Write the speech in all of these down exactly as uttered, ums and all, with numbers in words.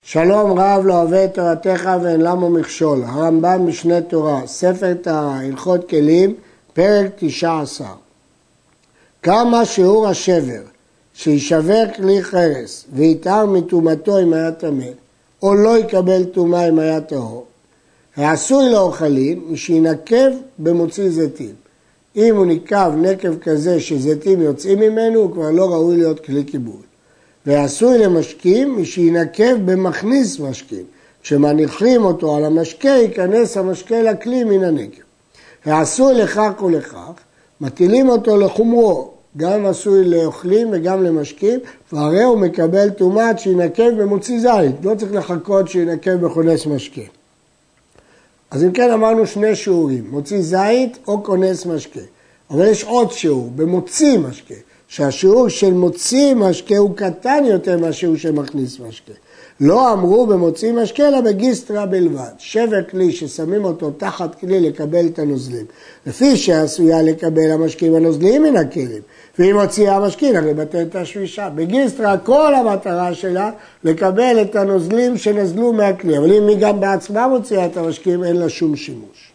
שלום רב לא אוהב את תורתך ואין למה מכשול. הרמב"ם משנה תורה, ספר טהרה, הלכות כלים, פרק תשע עשר. כמה שיעור השבר, שישבר כלי חרס ויתאר מטומאתו אם היה טמא, או לא יקבל טומאה אם היה טהור, העשוי לאוכלים משינקב במוציא זיתים. אם הוא ניקב נקב כזה שזיתים יוצאים ממנו, הוא כבר לא ראוי להיות כלי קיבול. ועשוי למשקים משינקב במכניס משקים. כשמניחים אותו על המשקה, ייכנס המשקה לכלי מן הנקב. ועשוי לכך ולכך, מטילים אותו לחומרו, גם עשוי לאוכלים וגם למשקים, והרי הוא מקבל טומאת שינקב במוציא זית. לא צריך לחכות שינקב בכונס משקה. אז אם כן אמרנו שני שיעורים, מוציא זית או כונס משקה. אבל יש עוד שיעור, במוציא משקה. שהשיעור של מוציא משקה הוא קטן יותר מהשיעור של מכניס משקה. לא אמרו במוציא משקה אלא בגיסטרה בלבד. שבר כלי ששמים אותו תחת כלי לקבל את הנוזלים. לפי שעשויה לקבל המשקים הנוזליים מן הכלים. ואם מוציאה המשקים הרי בטל את השבישה. בגיסטרה כל המטרה שלה לקבל את הנוזלים שנזלו מהכלי. אבל אם היא גם בעצמה מוציאה את המשקים אין לה שום שימוש.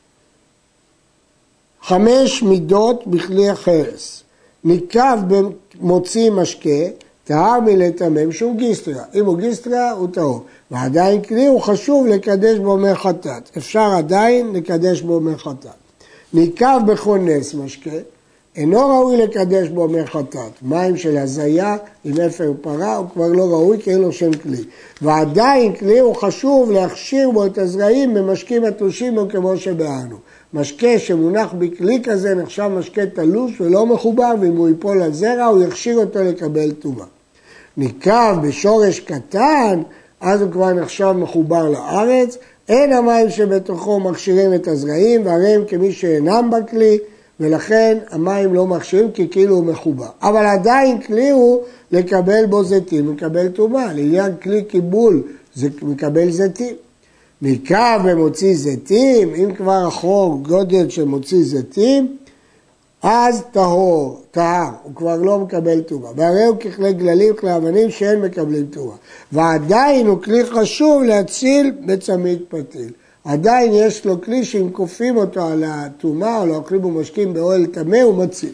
חמש מידות בכלי החרס. ניקב במוציא משקה, טהר מלטמא שום גיסטרה. אם הוא גיסטרה הוא טהור. ועדיין כלי הוא חשוב לקדש בו מי חטאת. אפשר עדיין לקדש בו מי חטאת. ניקב בכונס משקה, אינו ראוי לקדש בו מי חטאת. מים של הזיה עם אפר פרה הוא כבר לא ראוי כי אין לו שם כלי. ועדיין כלי הוא חשוב להכשיר בו את הזרעים במשקים התלושים בו כמו שבארנו. משקה שמונח בכלי כזה נחשב משקה תלוש ולא מחובר, ואם הוא ייפול על זרע הוא יכשיר אותו לקבל טומאה. ניקב בשורש קטן, אז הוא כבר נחשב מחובר לארץ, אין המים שבתוכו מכשירים את הזרעים, והרי הם כמי שאינם בכלי, ולכן המים לא מכשירים כי כאילו הוא מחובר. אבל עדיין כלי הוא לקבל בו זיתים, מקבל טומאה. לעניין כלי קיבול זה מקבל זיתים. ניקב במוציא זיתים, אם כבר החור גודל של מוציא זיתים, אז טהור, טהר, הוא כבר לא מקבל טומאה. והרי הוא ככלי גללים, כלי אבנים שאין מקבלים טומאה. ועדיין הוא כלי חשוב להציל בצמית פתיל. עדיין יש לו כלי שאם כופים אותו על הטומאה, או לא אוכלים ומשקים באוהל טמא, הוא מציל.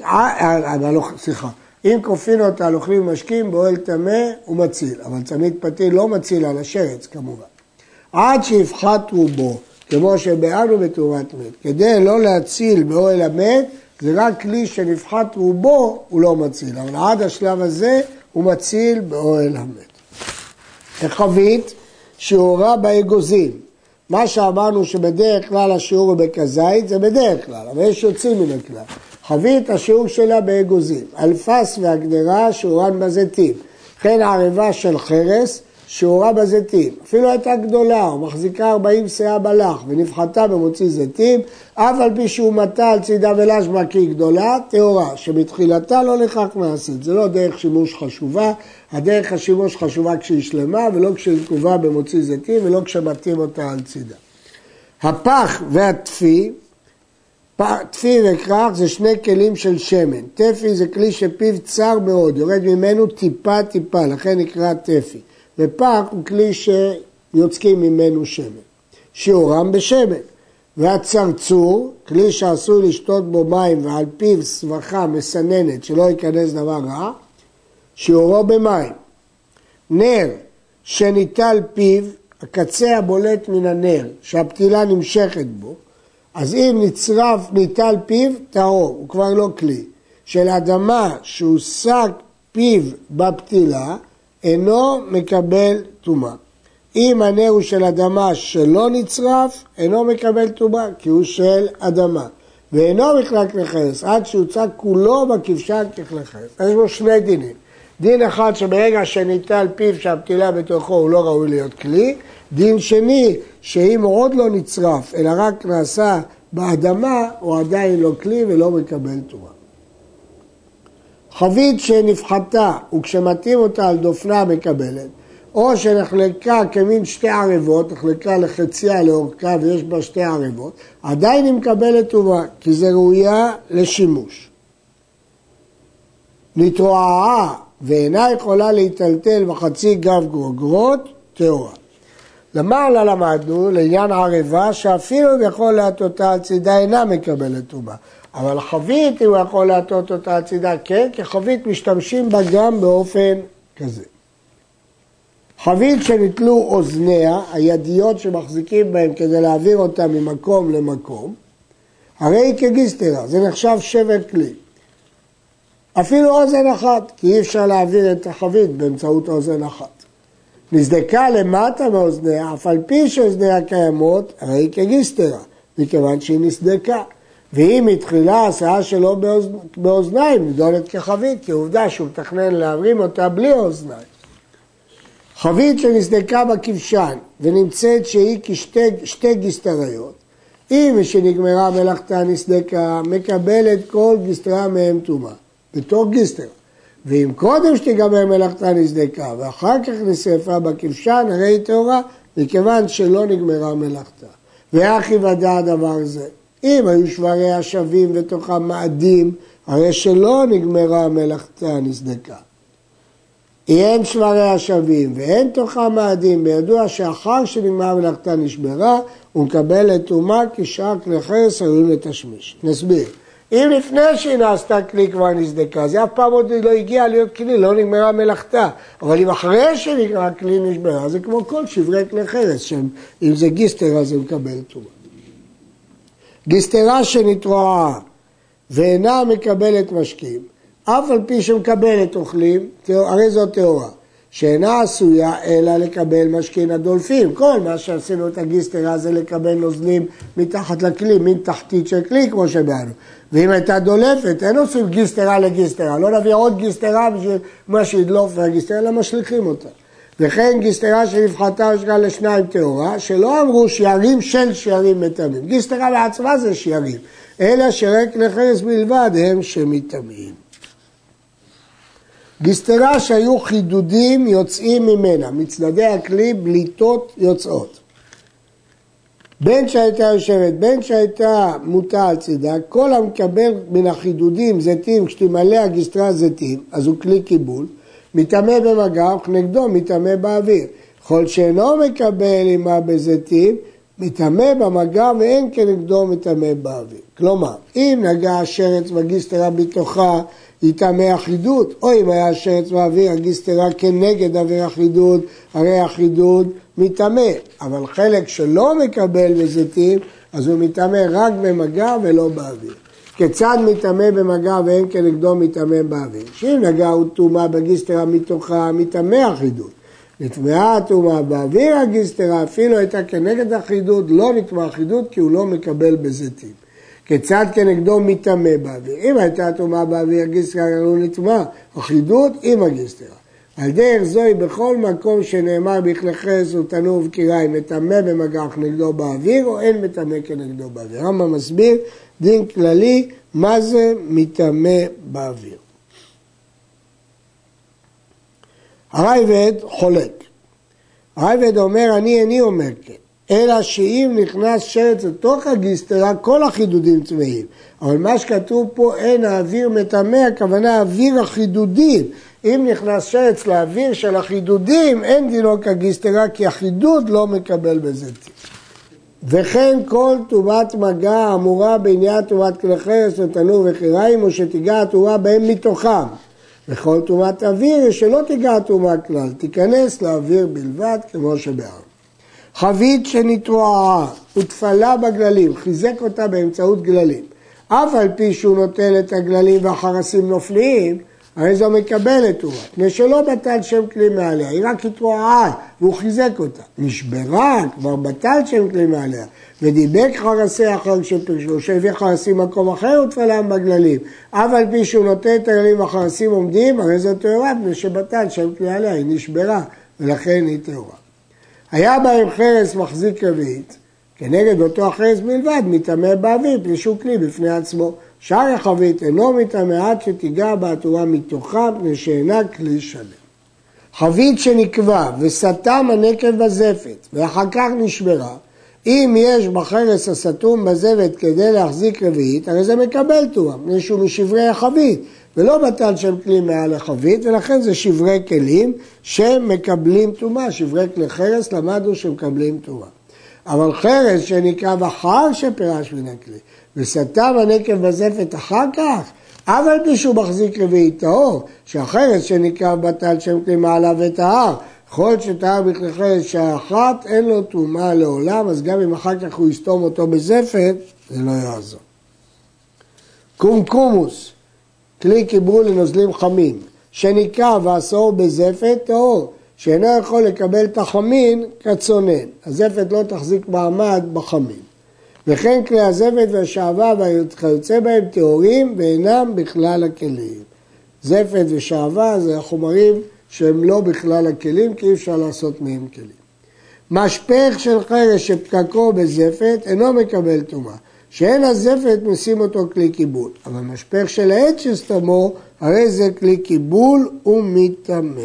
סליחה, אם כופים אותו על אוכלים ומשקים באוהל טמא, הוא מציל. אבל צמית פתיל לא מציל על השרץ כמובן. עד שיפחת רובו, כמו שבאנו בתורת מת. כדי לא להציל באוהל המת, זה רק כלי שנפחת רובו, הוא לא מציל. אבל עד השלב הזה, הוא מציל באוהל המת. החבית, שיעורה באגוזים. מה שאמרנו שבדרך כלל השיעור הוא בכזית, זה בדרך כלל, אבל יש יוצאים מן הכלל. חבית, השיעור שלה באגוזים. אלפס והגדרה, שיעורן בזיתים. כן הערבה של חרס, שיעורה בזיתים, אפילו הייתה גדולה, הוא מחזיקה ארבעים שאה בלח ונפחתה במוציא זיתים, אף על פי שהוא מתה על צידה ולשמה כי היא גדולה, טהורה, שמתחילתה לא לכך מעשית, זה לא דרך שימוש חשובה, הדרך השימוש חשובה כשהיא שלמה ולא כשהיא תקובה במוציא זיתים ולא כשמתים אותה על צידה. הפח והתפי, תפי וכרך זה שני כלים של שמן, תפי זה כלי שפיו צר מאוד, יורד ממנו טיפה טיפה, לכן נקרא תפי. ופח הוא כלי שיוצקים ממנו שמן. שיעורם בשמן. והצרצור, כלי שעשוי לשתות בו מים ועל פיו סבכה מסננת שלא ייכנס דבר רע, שיעורו במים. נר שניטל פיו, הקצה הבולט מן הנר, שהפתילה נמשכת בו, אז אם נצרף ניטל פיו, טהור, הוא כבר לא כלי. של אדמה שהוסק פיו בפתילה, אינו מקבל טומאה. אם הנר הוא של אדמה שלא נצרף, אינו מקבל טומאה, כי הוא של אדמה. ואינו בכלל כלי חרס, עד שהוצג כולו בכבשן ככלי חרס. יש בו שני דינים. דין אחד שברגע שניטל פיו שהפתילה בתוכו הוא לא ראוי להיות כלי. דין שני, שאם הוא עוד לא נצרף, אלא רק נעשה באדמה, הוא עדיין לא כלי ולא מקבל טומאה. חבית שנפחתה וכשמתאים אותה על דופנה מקבלת, או שנחלקה כמין שתי ערבות, נחלקה לחציה לאורכה ויש בה שתי ערבות, עדיין היא מקבלת טומאה, כי זה ראויה לשימוש. נתרועעה ואינה יכולה להיטלטל בחצי גב גרוגרות, טהורה. למעלה למדנו לעניין ערבה שאפילו הוא יכול להטותה על צידה אינה מקבלת טומאה. אבל חבית הוא יכול להטות אותה על צידה כן, כי חבית משתמשים בה גם באופן כזה. חבית שנטלו אוזניה, הידיות שמחזיקים בהם כדי להעביר אותה ממקום למקום, הרי היא כגיסטרה, זה נחשב שבר כלי. אפילו אוזן אחת, כי אי אפשר להעביר את החבית באמצעות אוזן אחת. נסדקה למטה מאוזניה, אף על פי שאוזניה קיימות, הרי היא כגיסטרה, מכיוון שהיא נסדקה. ואם מתחילה הסעה שלו באוז... באוזניים, נדולת כחבית, כי עובדה שהוא מתכנן להרים אותה בלי אוזניים. חבית שנסדקה בכבשן ונמצאת שהיא כשתי גיסטריות, אם שנגמרה מלאכתה נסדקה, מקבלת כל גיסטרה מהם טומאה, בתור גיסטרה. ואם קודם שתיגמר מלאכתה נסדקה ואחר כך נשרפה בכבשן, הרי היא טהורה, מכיוון שלא נגמרה מלאכתה. ואיך יוודע הדבר זה? אם היו שבריה שווים ותוכם מאדים, הרי שלא נגמרה מלאכתה נסדקה. אין שבריה שווים ואין תוכם מאדים, בידוע שאחר שנגמרה מלאכתה נשברה, הוא מקבל את טומאה כשאר כלי חרס ראויים לתשמיש. נסביר. אם לפני שהיא נעשתה כלי כבר נסדקה, זה אף פעם עוד לא הגיע להיות כלי, לא נגמרה מלאכתה. אבל אם אחרי שנגמרה כלי נשברה, זה כמו כל שברי כלי חרס, שאם זה גיסטרה זה מקבל טומאה. גיסטרה שנתרועה ואינה מקבלת משקים, אף על פי שמקבלת אוכלים, הרי זו טהורה, שאינה עשויה אלא לקבל משכין הדולפים. כל מה שעשינו את הגיסטרה זה לקבל נוזלים מתחת לכלי, מן תחתית של כלי כמו שבאנו. ואם הייתה דולפת, אין עושים גיסטרה לגיסטרה, לא נביא עוד גיסטרה בשביל מה שידלוף והגיסטרה, אלא משליכים אותה. וכן גיסטרה שנפחתה ושגה לשניים טהורה, שלא אמרו שיערים של שיערים מטמאים. גיסטרה בעצמה זה שיערים, אלא שרק לחרס בלבד הם שמטמאים. גיסטרה שהיו חידודים יוצאים ממנה, מצדדי הכלי בליטות יוצאות. בין שהייתה יושבת, בין שהייתה מוטה על צידה, כל המקבל מן החידודים זיתים, כשתמלא הגיסטרה זיתים, אז הוא כלי קיבול, מתאמה במגע, וכנגדו מתאמה באוויר. כל שאינו מקבל עמה בזיתים, מתאמה במגע ואין כנגדו מתאמה באוויר. כלומר, אם נגע השרץ בגיסטרה בתוכה, יטמא אחידות, או אם היה השרץ באוויר, הגיסטרה כנגד אוויר אחידות, הרי אחידות מטמא. אבל חלק שלא מקבל בזיתים, אז הוא מטמא רק במגע ולא באוויר. כיצד מטמא במגע ואין כנגדו מטמא באוויר? שאם נגע הוא טומאה בגיסטרה מתוכה, מטמא אחידות. נטמאה טומאה באוויר הגיסטרה, אפילו הייתה כנגד אחידות, לא נטמא אחידות כי הוא לא מקבל בזיתים. כיצד כנגדו מטמא באוויר? אם הייתה טומאה באוויר הגיסטרה, הוא נטמא אחידות עם הגיסטרה. על דרך זוהי בכל מקום שנאמר בכלי חרס ותנור וקיריים, מטמא במגע כנגדו באוויר או אין מטמא כנגדו באוויר. הרמב"ם מסביר דין כללי מה זה מטמא באוויר. הרייבד חולק. הרייבד אומר אני איני אומר כן, אלא שאם נכנס שרץ לתוך הגיסטרה כל החידודים צמאים. אבל מה שכתוב פה אין האוויר מטמא, הכוונה אוויר החידודים. אם נכנס שרץ לאוויר של החידודים, אין דינו כגיסטרה, כי החידוד לא מקבל בזיתים. וכן כל טומאת מגע אמורה בעניין טומאת כלי חרס ותנור וחיריים, או שתיגע הטומאה בהם מתוכם. וכל טומאת אוויר שלא תיגע הטומאה כלל, תיכנס לאוויר בלבד כמו שבאר. חבית שנתרועה ותפלה בגללים, חיזק אותה באמצעות גללים. אף על פי שהוא נוטל את הגללים והחרסים נופלים, הרי זו מקבלת טומאה, פני שלא בטל שם כלי מעליה, היא רק התרועה והוא חיזק אותה. נשברה, כבר בטל שם כלי מעליה, ודיבק חרסי אחר שפרשו, שהביא חרסים מקום אחר ותפלם בגללים. אף על פי שהוא נוטל את הגללים והחרסים עומדים, הרי זו טהורה, פני שבטל שם כלי מעליה, היא נשברה, ולכן היא טהורה. היה בהם חרס מחזיק רביעית, כנגד אותו החרס בלבד, מטמא באוויר, פלישו כלי בפני עצמו. שאר החבית אינו מטמא עד שתיגע בהטומאה מתוכה, פני שאינה כלי שלם. חבית שנקבע וסתם הנקב בזפת, ואחר כך נשברה, אם יש בחרס הסתום בזפת כדי להחזיק רביעית, הרי זה מקבל טומאה, פני שהוא משברי החבית, ולא בטל שם כלי מעל החבית, ולכן זה שברי כלים שמקבלים טומאה. שברי כלי חרס למדנו שמקבלים טומאה. אבל חרס שנקרב אחר שפירש מן הכלי, וסתם הנקב בזפת אחר כך, אבל מישהו מחזיק רביעי טהור, שהחרס שנקרב בטל שם כלי מעלה וטהר, כל שטהר בכלי חרס שאחת אין לו טומאה לעולם, אז גם אם אחר כך הוא יסתום אותו בזפת, זה לא יעזור. קומקומוס, כלי קיבול לנוזלים חמים, שנקרב ואסור בזפת טהור, שאינו יכול לקבל את החמין כצונן. הזפת לא תחזיק מעמד בחמין. וכן כלי הזפת והשעווה והיוצא בהם טהורים ואינם בכלל הכלים. זפת ושעווה זה החומרים שהם לא בכלל הכלים, כי אי אפשר לעשות מהם כלים. משפך של חרס שפקקו בזפת אינו מקבל טומאה. שאין הזפת משים אותו כלי קיבול. אבל משפך של העץ שסתמו, הרי זה כלי קיבול ומטמא.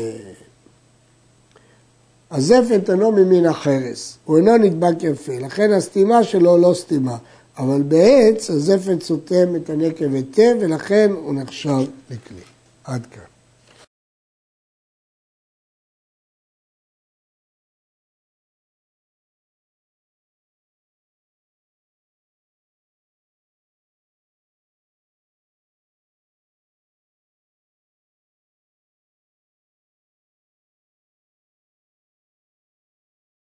הזפת אינו ממין החרס, הוא אינו נדבק יפה, לכן הסתימה שלו לא סתימה, אבל בעץ הזפת סותם את הנקב היטב ולכן הוא נחשב לכלי. עד כאן.